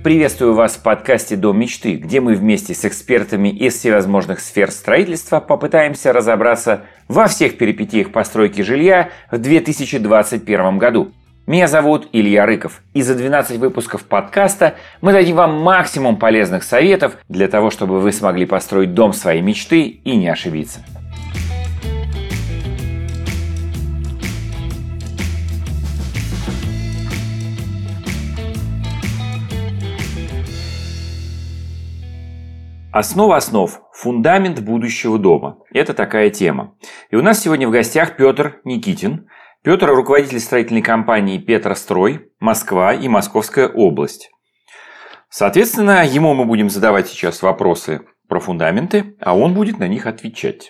Приветствую вас в подкасте «Дом мечты», где мы вместе с экспертами из всевозможных сфер строительства попытаемся разобраться во всех перипетиях постройки жилья в 2021 году. Меня зовут Илья Рыков, и за 12 выпусков подкаста мы дадим вам максимум полезных советов для того, чтобы вы смогли построить дом своей мечты и не ошибиться. Основа основ. Фундамент будущего дома. Это такая тема. И у нас сегодня в гостях Петр Никитин. Петр – руководитель строительной компании «Петрострой», Москва и Московская область. Соответственно, ему мы будем задавать сейчас вопросы про фундаменты, а он будет на них отвечать.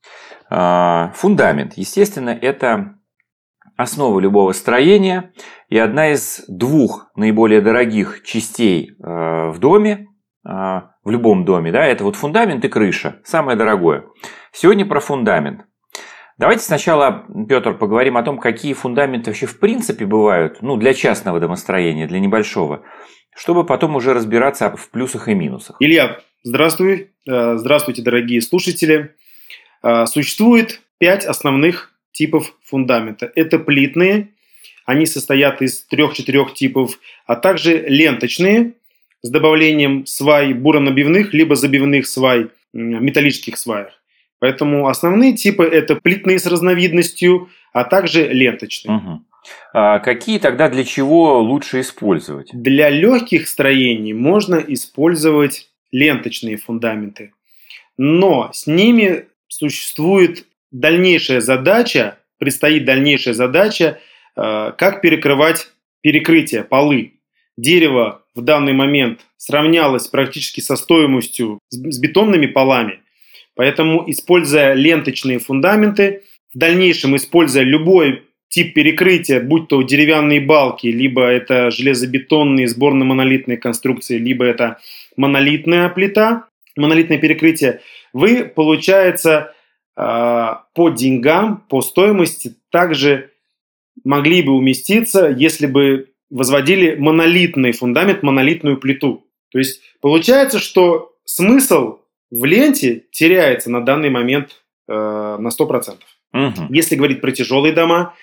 Фундамент, естественно, это основа любого строения и одна из двух наиболее дорогих частей в доме, в любом доме, да, это вот фундамент и крыша, самое дорогое. Сегодня про фундамент. Давайте сначала, Петр, поговорим о том, какие фундаменты вообще в принципе бывают, для частного домостроения, для небольшого, чтобы потом уже разбираться в плюсах и минусах. Илья, здравствуй. Здравствуйте, дорогие слушатели. Существует 5 основных типов фундамента. Это плитные, они состоят из 3-4 типов, а также ленточные, с добавлением свай буронабивных, либо забивных свай, металлических сваях. Поэтому основные типы – это плитные с разновидностью, а также ленточные. Угу. А какие тогда для чего лучше использовать? Для легких строений можно использовать ленточные фундаменты. Но с ними существует предстоит дальнейшая задача, как перекрывать перекрытие, полы. Дерево в данный момент сравнялось практически со стоимостью с бетонными полами. Поэтому, используя ленточные фундаменты, в дальнейшем используя любой тип перекрытия, будь то деревянные балки, либо это железобетонные сборно-монолитные конструкции, либо это монолитная плита, монолитное перекрытие, вы, получается, по деньгам, по стоимости также могли бы уместиться, если бы возводили монолитный фундамент, монолитную плиту. То есть получается, что смысл в ленте теряется на данный момент на 100%. Угу. Если говорить про тяжелые дома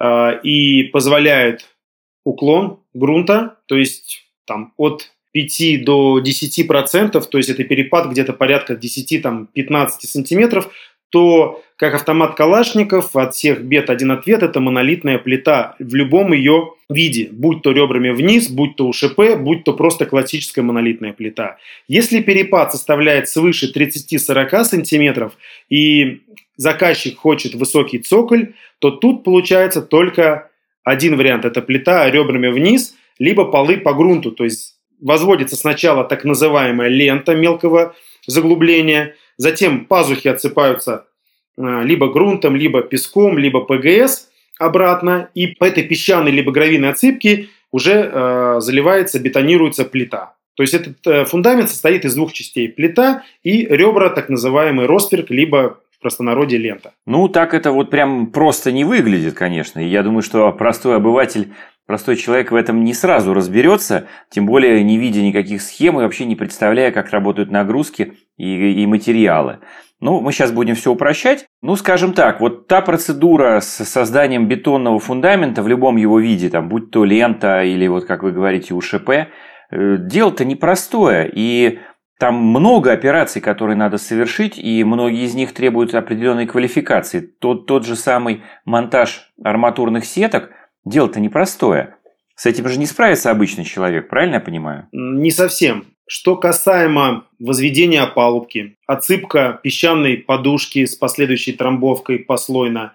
и позволяют уклон грунта, то есть там от 5 до 10%, то есть это перепад где-то порядка 10-15 сантиметров, то как автомат Калашников от всех бед один ответ – это монолитная плита в любом ее виде, будь то ребрами вниз, будь то УШП, будь то просто классическая монолитная плита. Если перепад составляет свыше 30-40 сантиметров и заказчик хочет высокий цоколь, то тут получается только один вариант – это плита ребрами вниз, либо полы по грунту, то есть возводится сначала так называемая лента мелкого заглубления, затем пазухи отсыпаются либо грунтом, либо песком, либо ПГС обратно. И по этой песчаной либо гравийной отсыпке уже заливается, бетонируется плита. То есть этот фундамент состоит из 2 частей. Плита и ребра, так называемый ростверк, либо в простонародье лента. Так это вот прям просто не выглядит, конечно. И я думаю, что простой обыватель, простой человек в этом не сразу разберется, тем более не видя никаких схем и вообще не представляя, как работают нагрузки и материалы. Мы сейчас будем все упрощать. Скажем так, вот та процедура с созданием бетонного фундамента в любом его виде, будь то лента или, вот как вы говорите, УШП, дело-то непростое. И там много операций, которые надо совершить, и многие из них требуют определенной квалификации. Тот же самый монтаж арматурных сеток, дело-то непростое. С этим же не справится обычный человек, правильно я понимаю? Не совсем. Что касаемо возведения опалубки, отсыпка песчаной подушки с последующей трамбовкой послойно,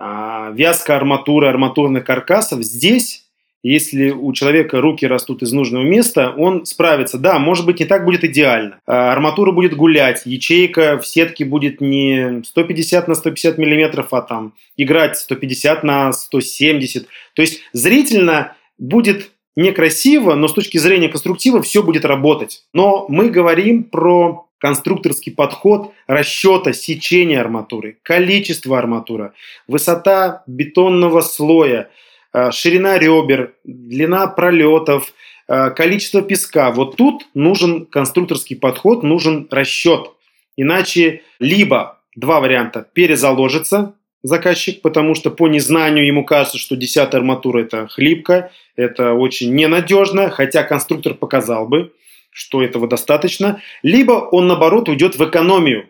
вязка арматуры, арматурных каркасов, здесь, если у человека руки растут из нужного места, он справится. Да, может быть, не так будет идеально. Арматура будет гулять, ячейка в сетке будет не 150 на 150 миллиметров, а играть 150 на 170. То есть зрительно будет некрасиво, но с точки зрения конструктива все будет работать. Но мы говорим про конструкторский подход расчета сечения арматуры, количество арматуры, высота бетонного слоя, ширина ребер, длина пролетов, количество песка. Вот тут нужен конструкторский подход, нужен расчет. Иначе либо два варианта: перезаложится заказчик, потому что по незнанию ему кажется, что 10-я арматура это хлипко, это очень ненадежно, хотя конструктор показал бы, что этого достаточно. Либо он, наоборот, уйдет в экономию,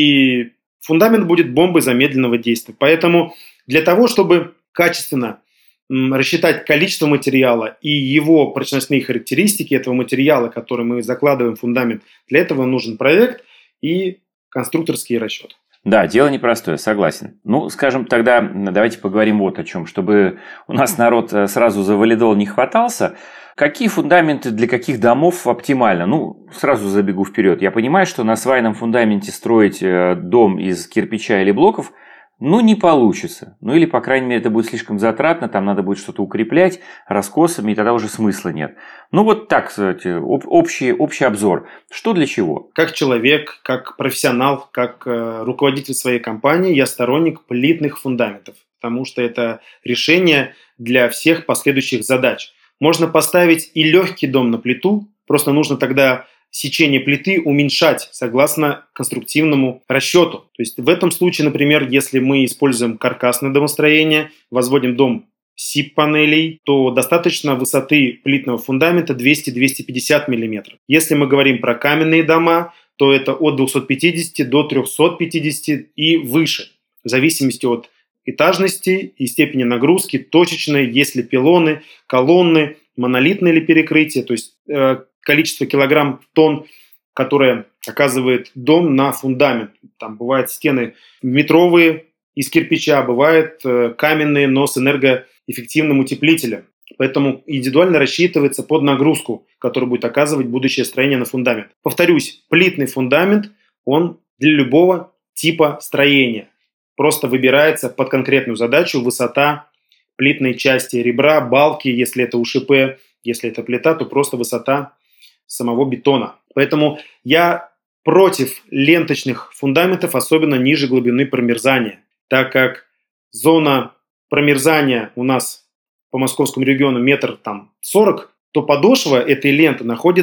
и фундамент будет бомбой замедленного действия. Поэтому для того, чтобы качественно рассчитать количество материала и его прочностные характеристики этого материала, который мы закладываем в фундамент, для этого нужен проект и конструкторский расчет. Да, дело непростое, согласен. Ну, скажем, тогда давайте поговорим вот о чем. Чтобы у нас народ сразу за валидол не хватался, какие фундаменты для каких домов оптимально? Ну, сразу забегу вперед. Я понимаю, что на свайном фундаменте строить дом из кирпича или блоков не получится. Ну, или, по крайней мере, это будет слишком затратно, там надо будет что-то укреплять раскосами, и тогда уже смысла нет. Ну, вот так, кстати, общий обзор. Что для чего? Как человек, как профессионал, как руководитель своей компании, я сторонник плитных фундаментов, потому что это решение для всех последующих задач. Можно поставить и легкий дом на плиту, просто нужно тогда сечение плиты уменьшать согласно конструктивному расчету. То есть в этом случае, например, если мы используем каркасное домостроение, возводим дом СИП-панелей, то достаточно высоты плитного фундамента 200-250 мм. Если мы говорим про каменные дома, то это от 250 до 350 и выше, в зависимости от этажности и степени нагрузки, точечной, есть ли пилоны, колонны, монолитное ли перекрытие, то есть количество килограмм-тонн, которое оказывает дом на фундамент. Там бывают стены метровые из кирпича, бывают каменные, но с энергоэффективным утеплителем. Поэтому индивидуально рассчитывается под нагрузку, которую будет оказывать будущее строение на фундамент. Повторюсь, плитный фундамент, он для любого типа строения. Просто выбирается под конкретную задачу высота плитной части ребра, балки, если это УШП, если это плита, то просто высота самого бетона. Поэтому я против ленточных фундаментов, особенно ниже глубины промерзания, так как зона промерзания у нас по московскому региону 1,40 м, то подошва этой ленты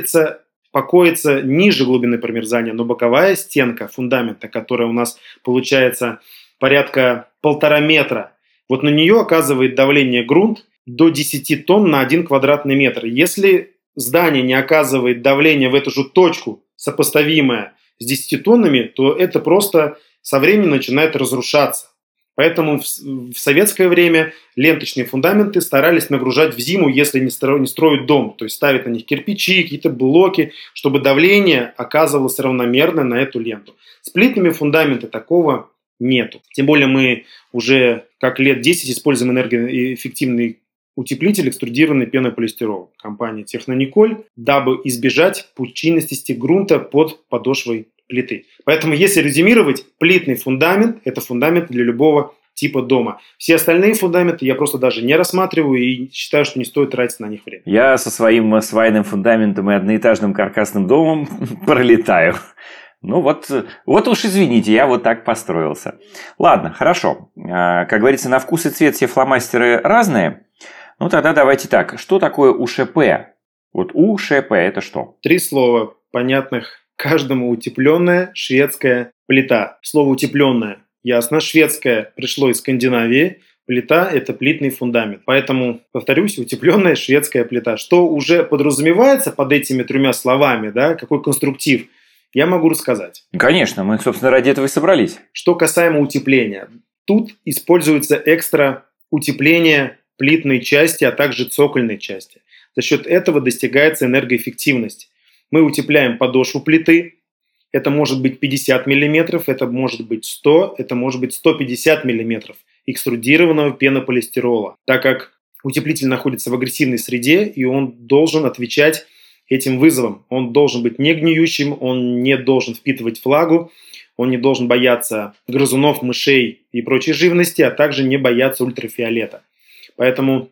покоится ниже глубины промерзания, но боковая стенка фундамента, которая у нас получается порядка 1,5 метра, вот на нее оказывает давление грунт до 10 тонн на 1 квадратный метр. Если здание не оказывает давление в эту же точку, сопоставимое с 10 тоннами, то это просто со временем начинает разрушаться. Поэтому в советское время ленточные фундаменты старались нагружать в зиму, если не строят дом. То есть ставить на них кирпичи, какие-то блоки, чтобы давление оказывалось равномерно на эту ленту. С плитными фундаментами такого нету. Тем более мы уже как лет 10 используем энергоэффективный утеплитель, экструдированный пенополистирол компании Технониколь, дабы избежать пучинистости грунта под подошвой плиты. Поэтому, если резюмировать, плитный фундамент – это фундамент для любого типа дома. Все остальные фундаменты я просто даже не рассматриваю и считаю, что не стоит тратить на них время. Я со своим свайным фундаментом и одноэтажным каркасным домом пролетаю. Ну вот уж извините, я вот так построился. Ладно, хорошо. Как говорится, на вкус и цвет все фломастеры разные. Ну тогда давайте так. Что такое УШП? Вот УШП это что? 3 слова, понятных каждому: утепленная шведская плита. Слово утепленная, ясно. Шведская пришло из Скандинавии. Плита – это плитный фундамент. Поэтому, повторюсь, утепленная шведская плита. Что уже подразумевается под этими 3 словами, да, какой конструктив, я могу рассказать. Конечно, мы, собственно, ради этого и собрались. Что касаемо утепления. Тут используется экстра утепление плитной части, а также цокольной части. За счет этого достигается энергоэффективность. Мы утепляем подошву плиты. Это может быть 50 мм, это может быть 100, это может быть 150 мм экструдированного пенополистирола, так как утеплитель находится в агрессивной среде, и он должен отвечать этим вызовам. Он должен быть не гниющим, он не должен впитывать влагу, он не должен бояться грызунов, мышей и прочей живности, а также не бояться ультрафиолета. Поэтому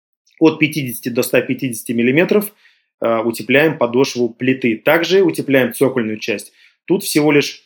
от 50 до 150 мм утепляем подошву плиты. Также утепляем цокольную часть. Тут всего лишь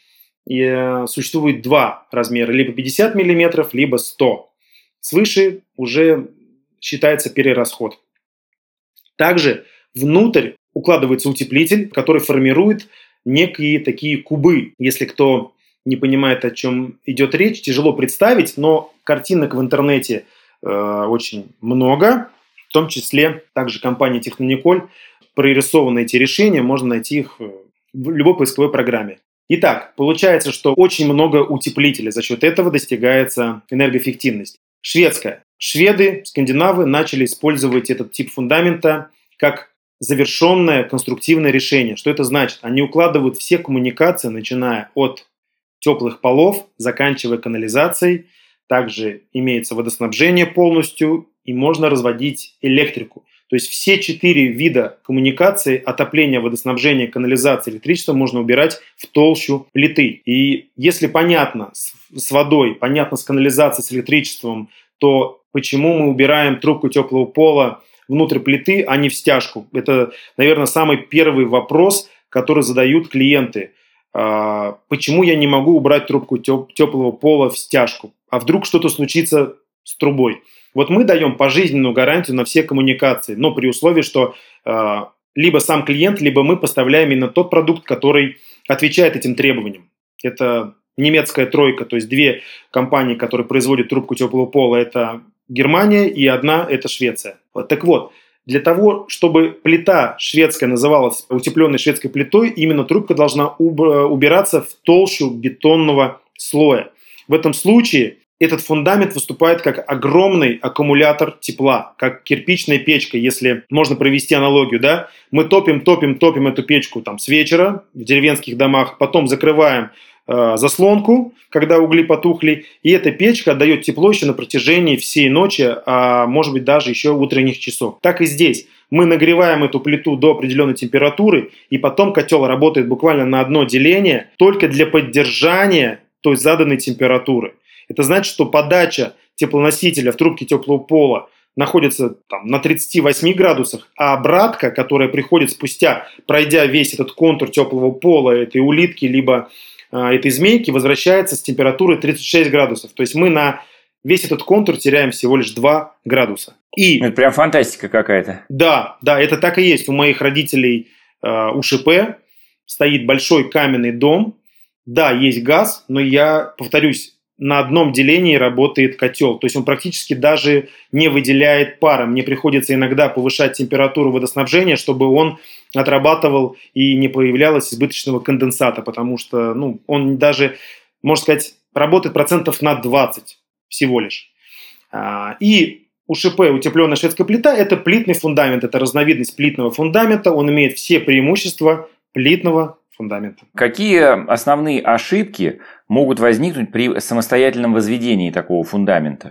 существует 2 размера, либо 50 мм, либо 100. Свыше уже считается перерасход. Также внутрь укладывается утеплитель, который формирует некие такие кубы. Если кто не понимает, о чем идет речь, тяжело представить, но картинок в интернете очень много, в том числе также компания Технониколь прорисованы эти решения, можно найти их в любой поисковой программе. Итак, получается, что очень много утеплителей, за счет этого достигается энергоэффективность. Шведская. Шведы, скандинавы начали использовать этот тип фундамента как завершенное конструктивное решение. Что это значит? Они укладывают все коммуникации, начиная от теплых полов, заканчивая канализацией. Также имеется водоснабжение полностью, и можно разводить электрику. То есть все 4 вида коммуникации, отопления, водоснабжения, канализации, электричества можно убирать в толщу плиты. И если понятно с водой, понятно с канализацией, с электричеством, то почему мы убираем трубку теплого пола внутрь плиты, а не в стяжку? Это, наверное, самый первый вопрос, который задают клиенты. Почему я не могу убрать трубку теплого пола в стяжку? А вдруг что-то случится с трубой? Вот мы даем пожизненную гарантию на все коммуникации, но при условии, что либо сам клиент, либо мы поставляем именно тот продукт, который отвечает этим требованиям. Это немецкая тройка, то есть 2 компании, которые производят трубку теплого пола, это Германия, и одна – это Швеция. Так вот, для того, чтобы плита шведская называлась утепленной шведской плитой, именно трубка должна убираться в толщу бетонного слоя. В этом случае этот фундамент выступает как огромный аккумулятор тепла, как кирпичная печка, если можно провести аналогию, да? Мы топим эту печку там с вечера в деревенских домах, потом закрываем заслонку, когда угли потухли, и эта печка отдает тепло еще на протяжении всей ночи, а может быть даже еще утренних часов. Так и здесь. Мы нагреваем эту плиту до определенной температуры, и потом котел работает буквально на одно деление только для поддержания той заданной температуры. Это значит, что подача теплоносителя в трубке теплого пола находится там, на 38 градусах, а обратка, которая приходит спустя, пройдя весь этот контур теплого пола, этой улитки, либо этой змейки, возвращается с температурой 36 градусов. То есть мы на весь этот контур теряем всего лишь 2 градуса. И, это прям фантастика какая-то. Да, это так и есть. У моих родителей у ШП стоит большой каменный дом. Да, есть газ, но я повторюсь, на одном делении работает котел. То есть он практически даже не выделяет пара. Мне приходится иногда повышать температуру водоснабжения, чтобы он отрабатывал и не появлялось избыточного конденсата, потому что он даже, можно сказать, работает процентов на 20 всего лишь. И УШП, утепленная шведская плита, это плитный фундамент, это разновидность плитного фундамента, он имеет все преимущества плитного фундамента. Какие основные ошибки могут возникнуть при самостоятельном возведении такого фундамента?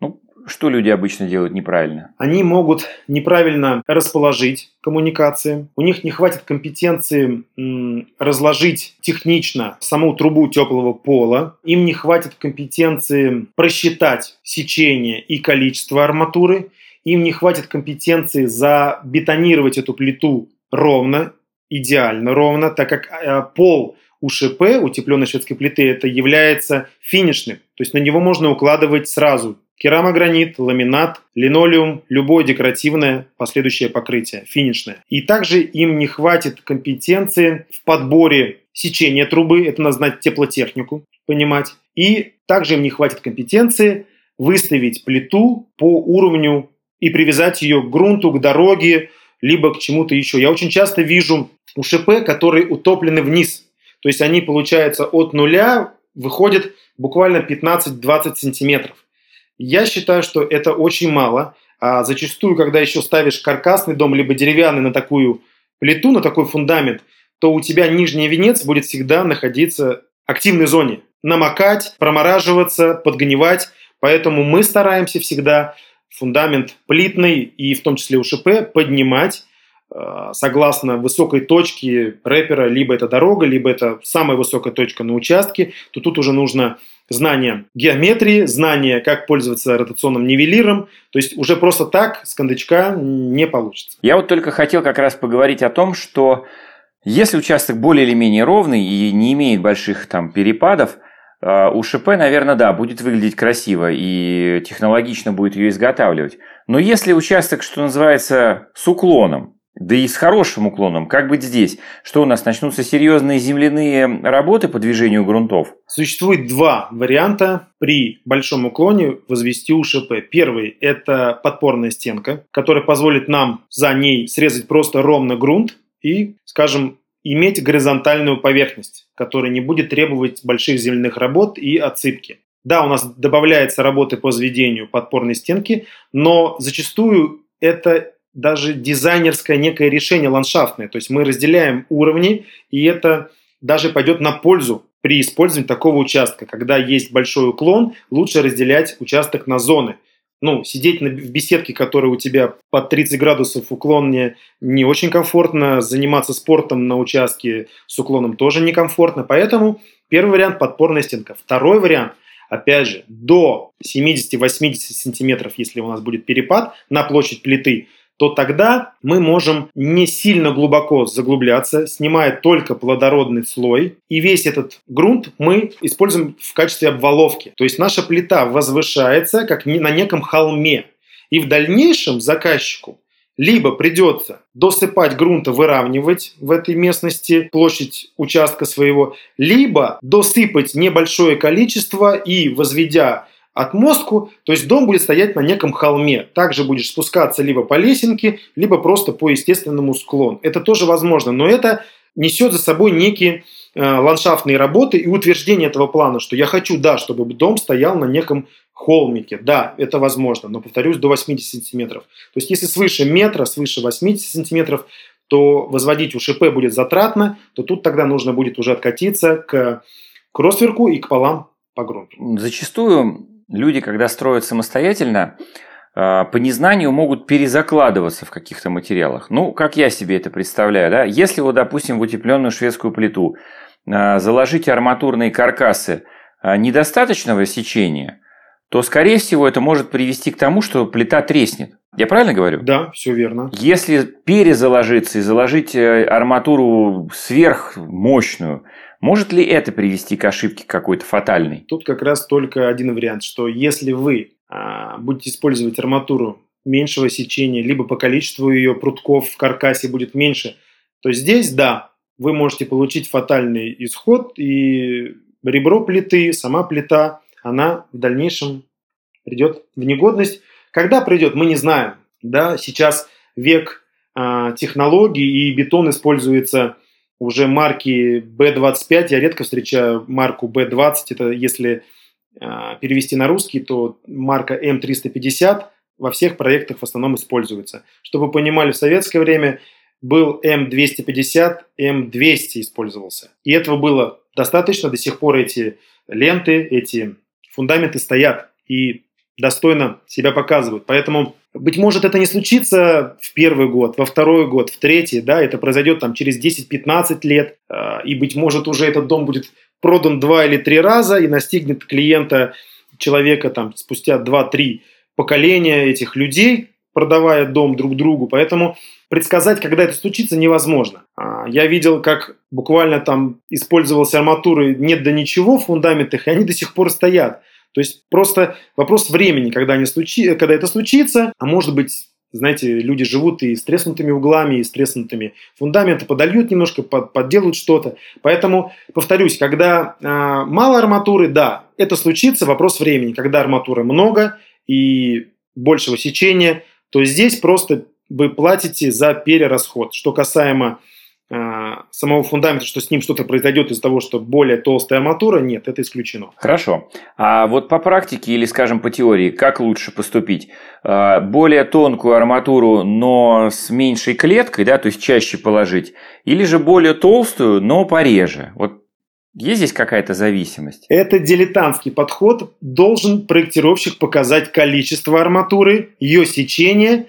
Что люди обычно делают неправильно? Они могут неправильно расположить коммуникации. У них не хватит компетенции разложить технично саму трубу теплого пола. Им не хватит компетенции просчитать сечение и количество арматуры. Им не хватит компетенции забетонировать эту плиту ровно, идеально ровно, так как пол УШП, утепленной шведской плиты, это является финишным. То есть на него можно укладывать сразу керамогранит, ламинат, линолеум, любое декоративное последующее покрытие, финишное. И также им не хватит компетенции в подборе сечения трубы, это надо знать теплотехнику, понимать. И также им не хватит компетенции выставить плиту по уровню и привязать ее к грунту, к дороге, либо к чему-то еще. Я очень часто вижу УШП, которые утоплены вниз. То есть они, получается, от нуля выходят буквально 15-20 сантиметров. Я считаю, что это очень мало. А зачастую, когда еще ставишь каркасный дом, либо деревянный на такую плиту, на такой фундамент, то у тебя нижний венец будет всегда находиться в активной зоне. Намокать, промораживаться, подгнивать. Поэтому мы стараемся всегда фундамент плитный и в том числе УШП поднимать согласно высокой точке рэпера, либо это дорога, либо это самая высокая точка на участке, то тут уже нужно знание геометрии, знание, как пользоваться ротационным нивелиром, то есть уже просто так с кондачка не получится. Я вот только хотел как раз поговорить о том, что если участок более или менее ровный и не имеет больших там перепадов, УШП, наверное, да, будет выглядеть красиво и технологично будет ее изготавливать. Но если участок, что называется, с уклоном, Да и с хорошим уклоном. Как быть здесь? Что у нас, начнутся серьезные земляные работы по движению грунтов? Существует два варианта при большом уклоне возвести УШП. Первый – это подпорная стенка, которая позволит нам за ней срезать просто ровно грунт и, скажем, иметь горизонтальную поверхность, которая не будет требовать больших земляных работ и отсыпки. Да, у нас добавляется работы по возведению подпорной стенки, но зачастую это даже дизайнерское некое решение ландшафтное. То есть мы разделяем уровни, и это даже пойдет на пользу при использовании такого участка. Когда есть большой уклон, лучше разделять участок на зоны. Сидеть в беседке, которая у тебя под 30 градусов уклон, не очень комфортно. Заниматься спортом на участке с уклоном тоже некомфортно. Поэтому первый вариант – подпорная стенка. Второй вариант – опять же, до 70-80 сантиметров, если у нас будет перепад на площадь плиты, то тогда мы можем не сильно глубоко заглубляться, снимая только плодородный слой. И весь этот грунт мы используем в качестве обваловки. То есть наша плита возвышается как на неком холме. И в дальнейшем заказчику либо придется досыпать грунта, выравнивать в этой местности площадь участка своего, либо досыпать небольшое количество и, возведя отмостку, то есть дом будет стоять на неком холме. Также будешь спускаться либо по лесенке, либо просто по естественному склону. Это тоже возможно, но это несет за собой некие ландшафтные работы и утверждение этого плана, что я хочу, да, чтобы дом стоял на неком холмике. Да, это возможно, но, повторюсь, до 80 сантиметров. То есть если свыше метра, свыше 80 сантиметров, то возводить УШП будет затратно, то тут тогда нужно будет уже откатиться к ростверку и к полам по грунту. Зачастую люди, когда строят самостоятельно, по незнанию могут перезакладываться в каких-то материалах. Как я себе это представляю, да? Если допустим, в утепленную шведскую плиту заложить арматурные каркасы недостаточного сечения, то, скорее всего, это может привести к тому, что плита треснет. Я правильно говорю? Да, все верно. Если перезаложиться и заложить арматуру сверхмощную, может ли это привести к ошибке какой-то фатальной? Тут как раз только один вариант, что если вы будете использовать арматуру меньшего сечения, либо по количеству ее прутков в каркасе будет меньше, то здесь, да, вы можете получить фатальный исход, и ребро плиты, сама плита, она в дальнейшем придет в негодность. Когда придет, мы не знаем. Да? Сейчас век технологий, и бетон используется уже марки B25. Я редко встречаю марку B20. Это если перевести на русский, то марка М350 во всех проектах в основном используется. Чтобы вы понимали, в советское время был М250, М200 использовался. И этого было достаточно. До сих пор эти ленты, эти фундаменты стоят и достойно себя показывают. Поэтому, быть может, это не случится в первый год, во второй год, в третий, да, это произойдет через 10-15 лет, и, быть может, уже этот дом будет продан 2 или 3 раза и настигнет клиента, человека спустя 2-3 поколения этих людей, продавая дом друг другу. Поэтому предсказать, когда это случится, невозможно. Я видел, как буквально использовалась арматура нет до ничего в фундаментах, и они до сих пор стоят. То есть просто вопрос времени, когда это случится, а может быть, знаете, люди живут и с треснутыми углами, и с треснутыми фундаментами, подольют немножко, подделают что-то. Поэтому, повторюсь, когда мало арматуры, да, это случится, вопрос времени. Когда арматуры много и большего сечения, то здесь просто вы платите за перерасход. Что касаемо самого фундамента, что с ним что-то произойдет из-за того, что более толстая арматура, нет, это исключено. Хорошо. А вот по практике или, скажем, по теории, как лучше поступить? Более тонкую арматуру, но с меньшей клеткой, да, то есть чаще положить, или же более толстую, но пореже? Вот есть здесь какая-то зависимость? Это дилетантский подход. Должен проектировщик показать количество арматуры, ее сечение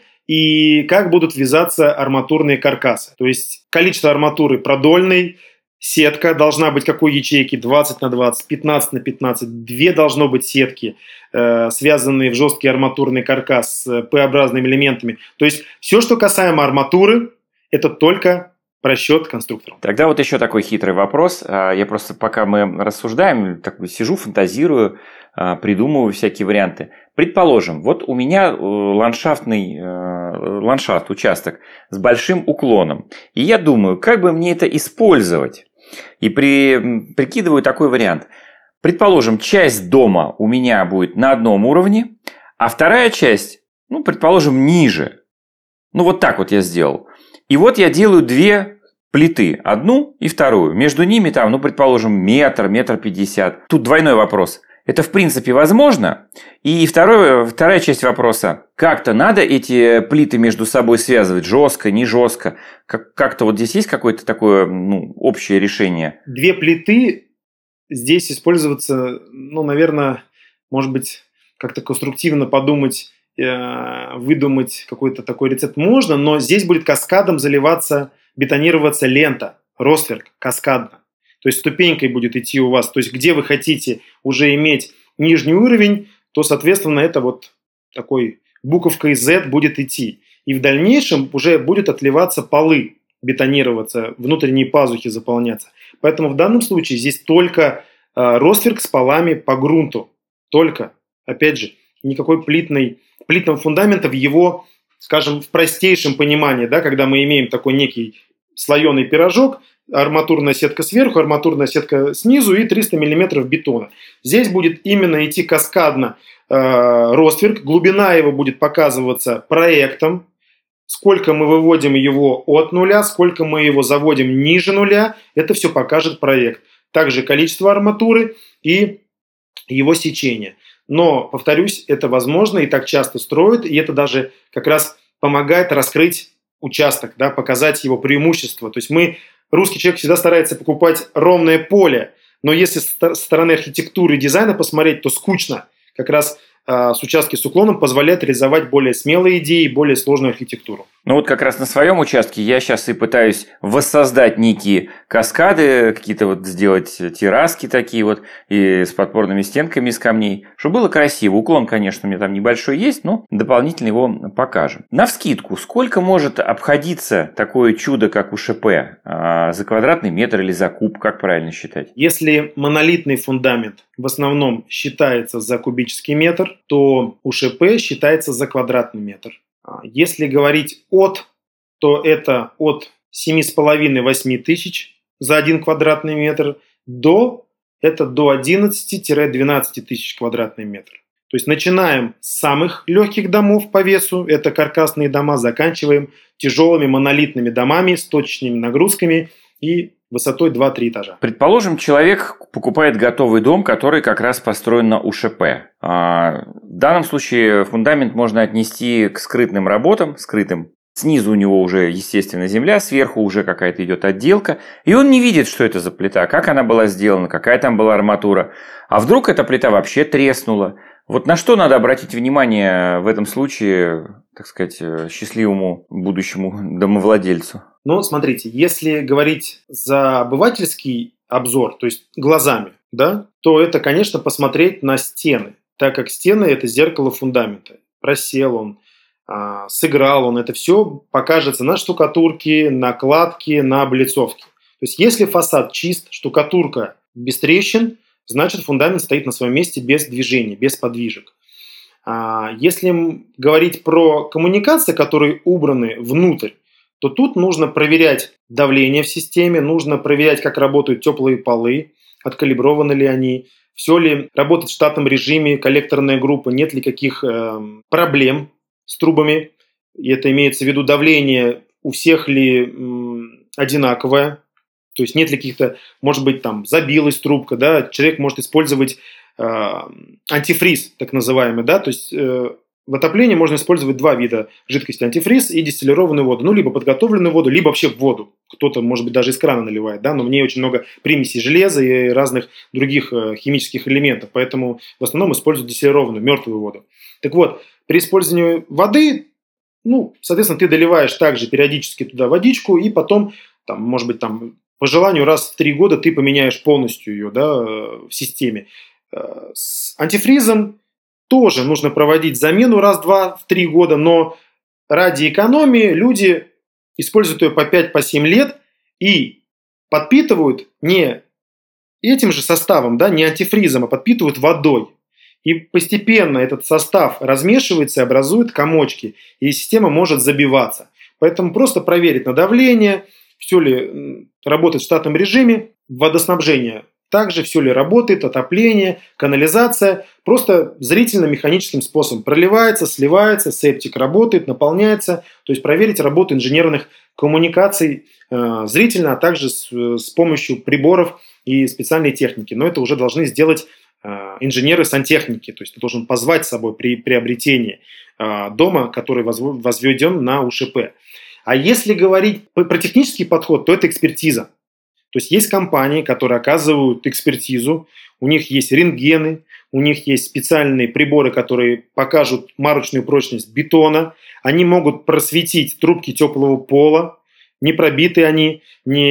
и как будут вязаться арматурные каркасы. То есть количество арматуры продольной, сетка должна быть какой ячейки? 20 на 20, 15 на 15. 2 должно быть сетки, связанные в жесткий арматурный каркас с П-образными элементами. То есть все, что касаемо арматуры, это только просчет конструктору. Тогда вот еще такой хитрый вопрос. Я просто, пока мы рассуждаем, сижу, фантазирую, придумываю всякие варианты. Предположим, вот у меня ландшафтный ландшафт, участок с большим уклоном. И я думаю, как бы мне это использовать? И прикидываю такой вариант. Предположим, часть дома у меня будет на одном уровне, а вторая часть, предположим, ниже. Вот так вот я сделал. И вот я делаю две плиты, одну и вторую. Между ними предположим, метр 50. Тут двойной вопрос. Это в принципе возможно? И вторая часть вопроса. Как-то надо эти плиты между собой связывать? Жестко, не жестко? Как-то вот здесь есть какое-то такое общее решение? Две плиты здесь использоваться, наверное, может быть, как-то конструктивно подумать, выдумать какой-то такой рецепт можно, но здесь будет каскадом бетонироваться лента, ростверк, каскадно. То есть ступенькой будет идти у вас. То есть где вы хотите уже иметь нижний уровень, то, соответственно, это вот такой буковкой Z будет идти. И в дальнейшем уже будет отливаться полы, бетонироваться, внутренние пазухи заполняться. Поэтому в данном случае здесь только ростверк с полами по грунту. Только, опять же, никакой плитного фундамента в его, скажем, в простейшем понимании, да, когда мы имеем такой некий слоеный пирожок, арматурная сетка сверху, арматурная сетка снизу и 300 мм бетона. Здесь будет именно идти каскадно ростверк, глубина его будет показываться проектом, сколько мы выводим его от нуля, сколько мы его заводим ниже нуля, это все покажет проект. Также количество арматуры и его сечение. Но, повторюсь, это возможно и так часто строят, и это даже как раз помогает раскрыть участок, да, показать его преимущество. То есть русский человек всегда старается покупать ровное поле, но если со стороны архитектуры и дизайна посмотреть, то скучно. Как раз участки с уклоном позволяют реализовать более смелые идеи и более сложную архитектуру. Как раз на своем участке я сейчас и пытаюсь воссоздать некие каскады, какие-то сделать терраски такие и с подпорными стенками из камней, чтобы было красиво. Уклон, конечно, у меня там небольшой есть, но дополнительно его покажем. Навскидку, сколько может обходиться такое чудо, как УШП? За квадратный метр или за куб, как правильно считать? Если монолитный фундамент в основном считается за кубический метр, то УШП считается за квадратный метр. Если говорить то это от 7,5-8 тысяч за 1 квадратный метр до 11-12 тысяч квадратный метр. То есть начинаем с самых легких домов по весу, это каркасные дома, заканчиваем тяжелыми монолитными домами с точечными нагрузками и высотой 2-3 этажа. Предположим, человек покупает готовый дом, который как раз построен на УШП. В данном случае фундамент можно отнести к скрытным работам, скрытым. Снизу у него уже, естественно, земля, сверху уже какая-то идет отделка. И он не видит, что это за плита, как она была сделана, какая там была арматура. А вдруг эта плита вообще треснула? На что надо обратить внимание в этом случае, так сказать, счастливому будущему домовладельцу? Смотрите, если говорить за обывательский обзор, то есть глазами, да, то это, конечно, посмотреть на стены, так как стены – это зеркало фундамента. Просел он, сыграл он, это все покажется на штукатурке, на кладке, на облицовке. То есть если фасад чист, штукатурка без трещин, значит фундамент стоит на своем месте без движения, без подвижек. Если говорить про коммуникации, которые убраны внутрь, то тут нужно проверять давление в системе, нужно проверять, как работают теплые полы, откалиброваны ли они, все ли работает в штатном режиме, коллекторная группа, нет ли каких проблем с трубами. И это имеется в виду давление у всех ли одинаковое, то есть нет ли каких-то, может быть, там забилась трубка, да, человек может использовать антифриз, так называемый, да, то есть в отоплении можно использовать два вида жидкости: антифриз и дистиллированную воду. Либо подготовленную воду, либо вообще воду. Кто-то, может быть, даже из крана наливает, да, но в ней очень много примесей железа и разных других химических элементов, поэтому в основном используют дистиллированную, мертвую воду. Так вот, при использовании воды, соответственно, ты доливаешь также периодически туда водичку, и потом, может быть, по желанию раз в 3 года ты поменяешь полностью ее, да, в системе. С антифризом тоже нужно проводить замену раз, 2, в 3 года, но ради экономии люди используют ее по 5-7 лет и подпитывают не этим же составом, да, не антифризом, а подпитывают водой. И постепенно этот состав размешивается и образует комочки, и система может забиваться. Поэтому просто проверить на давление, все ли работает в штатном режиме, водоснабжение также, все ли работает, отопление, канализация. Просто зрительно-механическим способом проливается, сливается, септик работает, наполняется. То есть проверить работу инженерных коммуникаций зрительно, а также с помощью приборов и специальной техники. Но это уже должны сделать инженеры сантехники. То есть ты должен позвать с собой при приобретении дома, который возведен на УШП. А если говорить про технический подход, то это экспертиза. То есть компании, которые оказывают экспертизу, у них есть рентгены, у них есть специальные приборы, которые покажут марочную прочность бетона, они могут просветить трубки теплого пола, не пробиты они,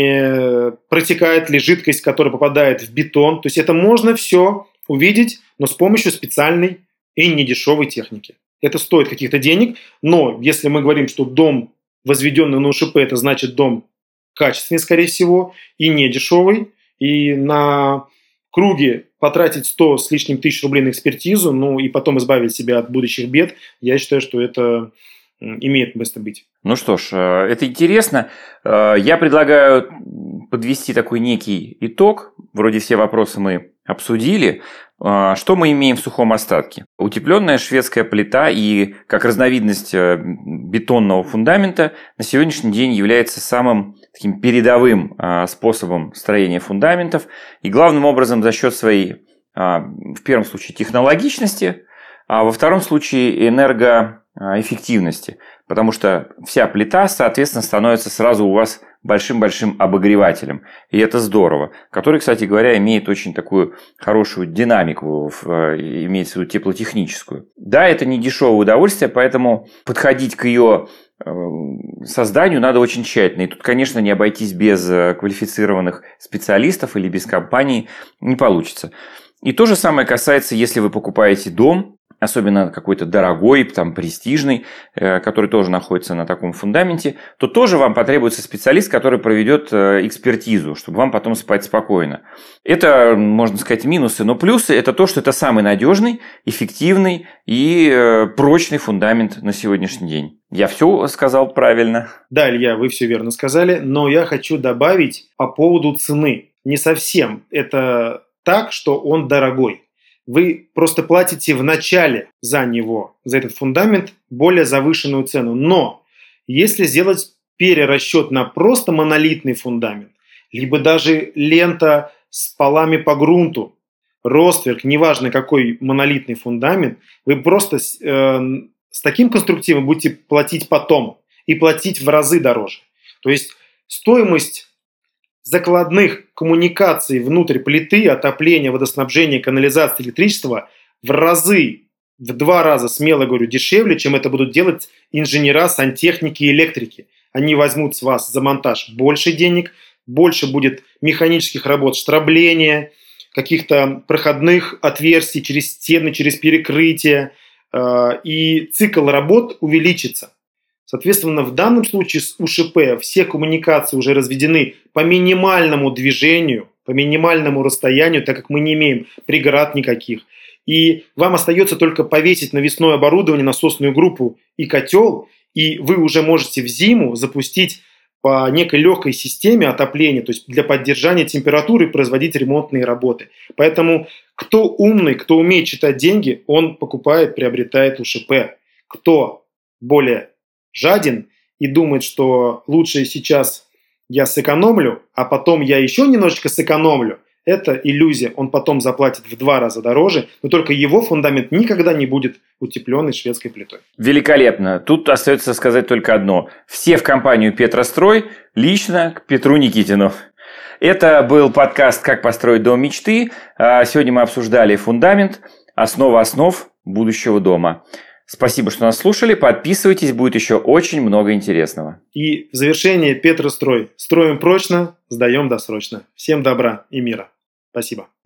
не протекает ли жидкость, которая попадает в бетон. То есть это можно все увидеть, но с помощью специальной и недешевой техники. Это стоит каких-то денег, но если мы говорим, что дом, возведенный на УШП, это значит дом качественный, скорее всего, и не дешевый, и на круге потратить 100 с лишним тысяч рублей на экспертизу, ну и потом избавить себя от будущих бед, я считаю, что это имеет место быть. Ну что ж, это интересно. Я предлагаю подвести такой некий итог. Вроде все вопросы мы обсудили. Что мы имеем в сухом остатке? Утепленная шведская плита и как разновидность бетонного фундамента на сегодняшний день является самым таким передовым способом строения фундаментов. И главным образом за счет своей, в первом случае, технологичности, а во втором случае энергоэффективности. Потому что вся плита, соответственно, становится сразу у вас большим-большим обогревателем. И это здорово. Который, кстати говоря, имеет очень такую хорошую динамику, имеется в виду теплотехническую. Да, это не дешевое удовольствие, поэтому подходить к ее созданию надо очень тщательно. И тут, конечно, не обойтись без квалифицированных специалистов или без компаний не получится. И то же самое касается, если вы покупаете дом, особенно какой-то дорогой, там, престижный, который тоже находится на таком фундаменте, то тоже вам потребуется специалист, который проведет экспертизу, чтобы вам потом спать спокойно. Это, можно сказать, минусы, но плюсы – это то, что это самый надежный, эффективный и прочный фундамент на сегодняшний день. Я все сказал правильно? Да, Илья, вы все верно сказали, но я хочу добавить по поводу цены. Не совсем это так, что он дорогой. Вы просто платите в начале за него, за этот фундамент, более завышенную цену. Но если сделать перерасчет на просто монолитный фундамент, либо даже лента с полами по грунту, ростверк, неважно какой монолитный фундамент, вы просто с таким конструктивом будете платить потом и платить в разы дороже. То есть стоимость закладных коммуникаций внутрь плиты, отопления, водоснабжения, канализации, электричества в 2 раза, смело говорю, дешевле, чем это будут делать инженера, сантехники и электрики. Они возьмут с вас за монтаж больше денег, больше будет механических работ, штрабления, каких-то проходных отверстий через стены, через перекрытия, и цикл работ увеличится. Соответственно, в данном случае с УШП все коммуникации уже разведены по минимальному движению, по минимальному расстоянию, так как мы не имеем преград никаких. И вам остается только повесить навесное оборудование, насосную группу и котел, и вы уже можете в зиму запустить по некой легкой системе отопления, то есть для поддержания температуры производить ремонтные работы. Поэтому кто умный, кто умеет считать деньги, он покупает, приобретает УШП. Кто более жаден и думает, что лучше сейчас я сэкономлю, а потом я еще немножечко сэкономлю, это иллюзия. Он потом заплатит в 2 раза дороже, но только его фундамент никогда не будет утепленный шведской плитой. Великолепно. Тут остается сказать только одно. Все в компанию Петрострой лично к Петру Никитину. Это был подкаст «Как построить дом мечты». Сегодня мы обсуждали фундамент, основа основ будущего дома. Спасибо, что нас слушали. Подписывайтесь, будет еще очень много интересного. И в завершение Петрострой. Строим прочно, сдаем досрочно. Всем добра и мира. Спасибо.